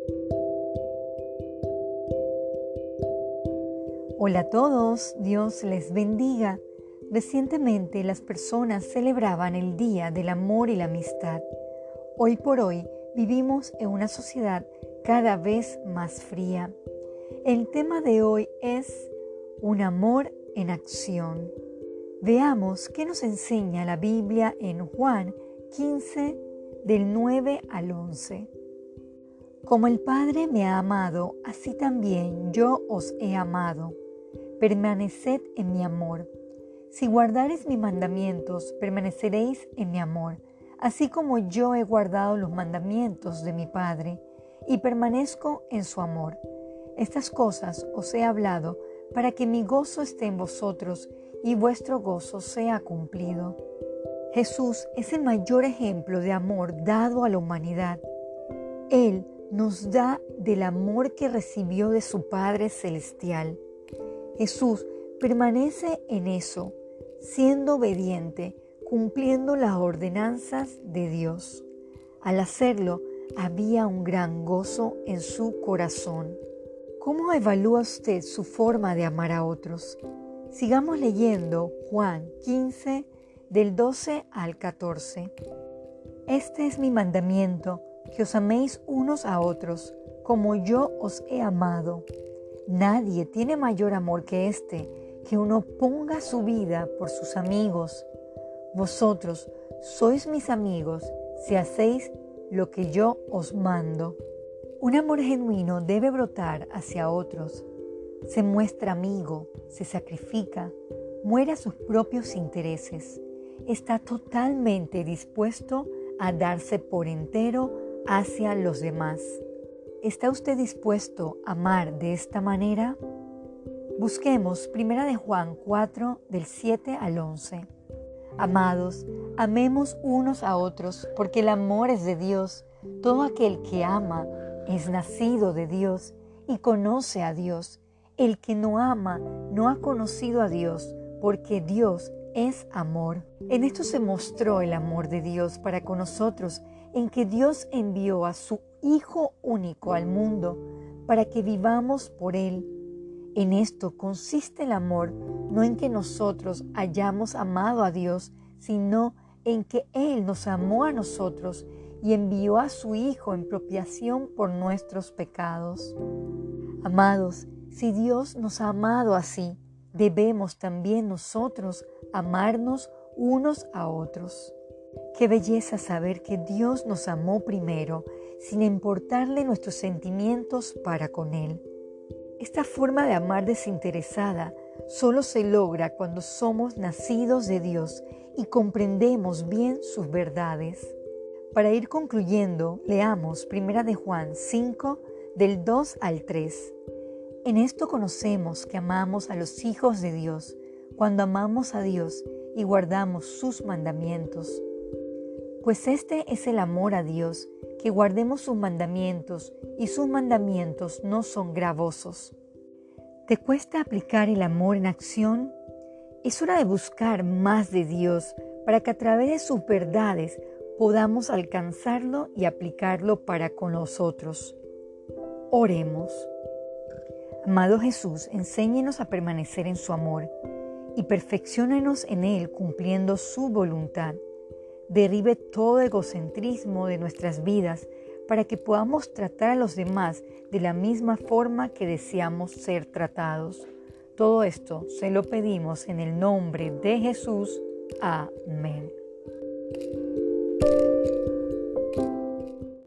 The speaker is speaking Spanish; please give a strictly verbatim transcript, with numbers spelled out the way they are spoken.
Hola a todos, Dios les bendiga. Recientemente las personas celebraban el Día del Amor y la Amistad. Hoy por hoy vivimos en una sociedad cada vez más fría. El tema de hoy es un amor en acción. Veamos qué nos enseña la Biblia en Juan quince, del nueve al once. Como el Padre me ha amado, así también yo os he amado. Permaneced en mi amor. Si guardareis mis mandamientos, permaneceréis en mi amor, así como yo he guardado los mandamientos de mi Padre, y permanezco en su amor. Estas cosas os he hablado para que mi gozo esté en vosotros y vuestro gozo sea cumplido. Jesús es el mayor ejemplo de amor dado a la humanidad. Él nos da del amor que recibió de su Padre Celestial. Jesús permanece en eso, siendo obediente, cumpliendo las ordenanzas de Dios. Al hacerlo, había un gran gozo en su corazón. ¿Cómo evalúa usted su forma de amar a otros? Sigamos leyendo Juan quince, del doce al catorce. Este es mi mandamiento, que os améis unos a otros, como yo os he amado. Nadie tiene mayor amor que este, que uno ponga su vida por sus amigos. Vosotros sois mis amigos si hacéis lo que yo os mando. Un amor genuino debe brotar hacia otros. Se muestra amigo, se sacrifica, muere a sus propios intereses. Está totalmente dispuesto a darse por entero hacia los demás. ¿Está usted dispuesto a amar de esta manera? Busquemos primera de Juan cuatro, del siete al once. Amados, amemos unos a otros, porque el amor es de Dios. Todo aquel que ama es nacido de Dios y conoce a Dios. El que no ama no ha conocido a Dios, porque Dios es amor. En esto se mostró el amor de Dios para con nosotros, en que Dios envió a su Hijo único al mundo para que vivamos por Él. En esto consiste el amor, no en que nosotros hayamos amado a Dios, sino en que Él nos amó a nosotros y envió a su Hijo en propiciación por nuestros pecados. Amados, si Dios nos ha amado así, debemos también nosotros amarnos unos a otros. Qué belleza saber que Dios nos amó primero, sin importarle nuestros sentimientos para con Él. Esta forma de amar desinteresada solo se logra cuando somos nacidos de Dios y comprendemos bien sus verdades. Para ir concluyendo, leamos primera de Juan cinco, del dos al tres. En esto conocemos que amamos a los hijos de Dios, cuando amamos a Dios y guardamos sus mandamientos. Pues este es el amor a Dios, que guardemos sus mandamientos, y sus mandamientos no son gravosos. ¿Te cuesta aplicar el amor en acción? Es hora de buscar más de Dios para que a través de sus verdades podamos alcanzarlo y aplicarlo para con nosotros. Oremos. Amado Jesús, enséñenos a permanecer en su amor y perfecciónenos en Él cumpliendo su voluntad. Derribe todo egocentrismo de nuestras vidas para que podamos tratar a los demás de la misma forma que deseamos ser tratados. Todo esto se lo pedimos en el nombre de Jesús. Amén.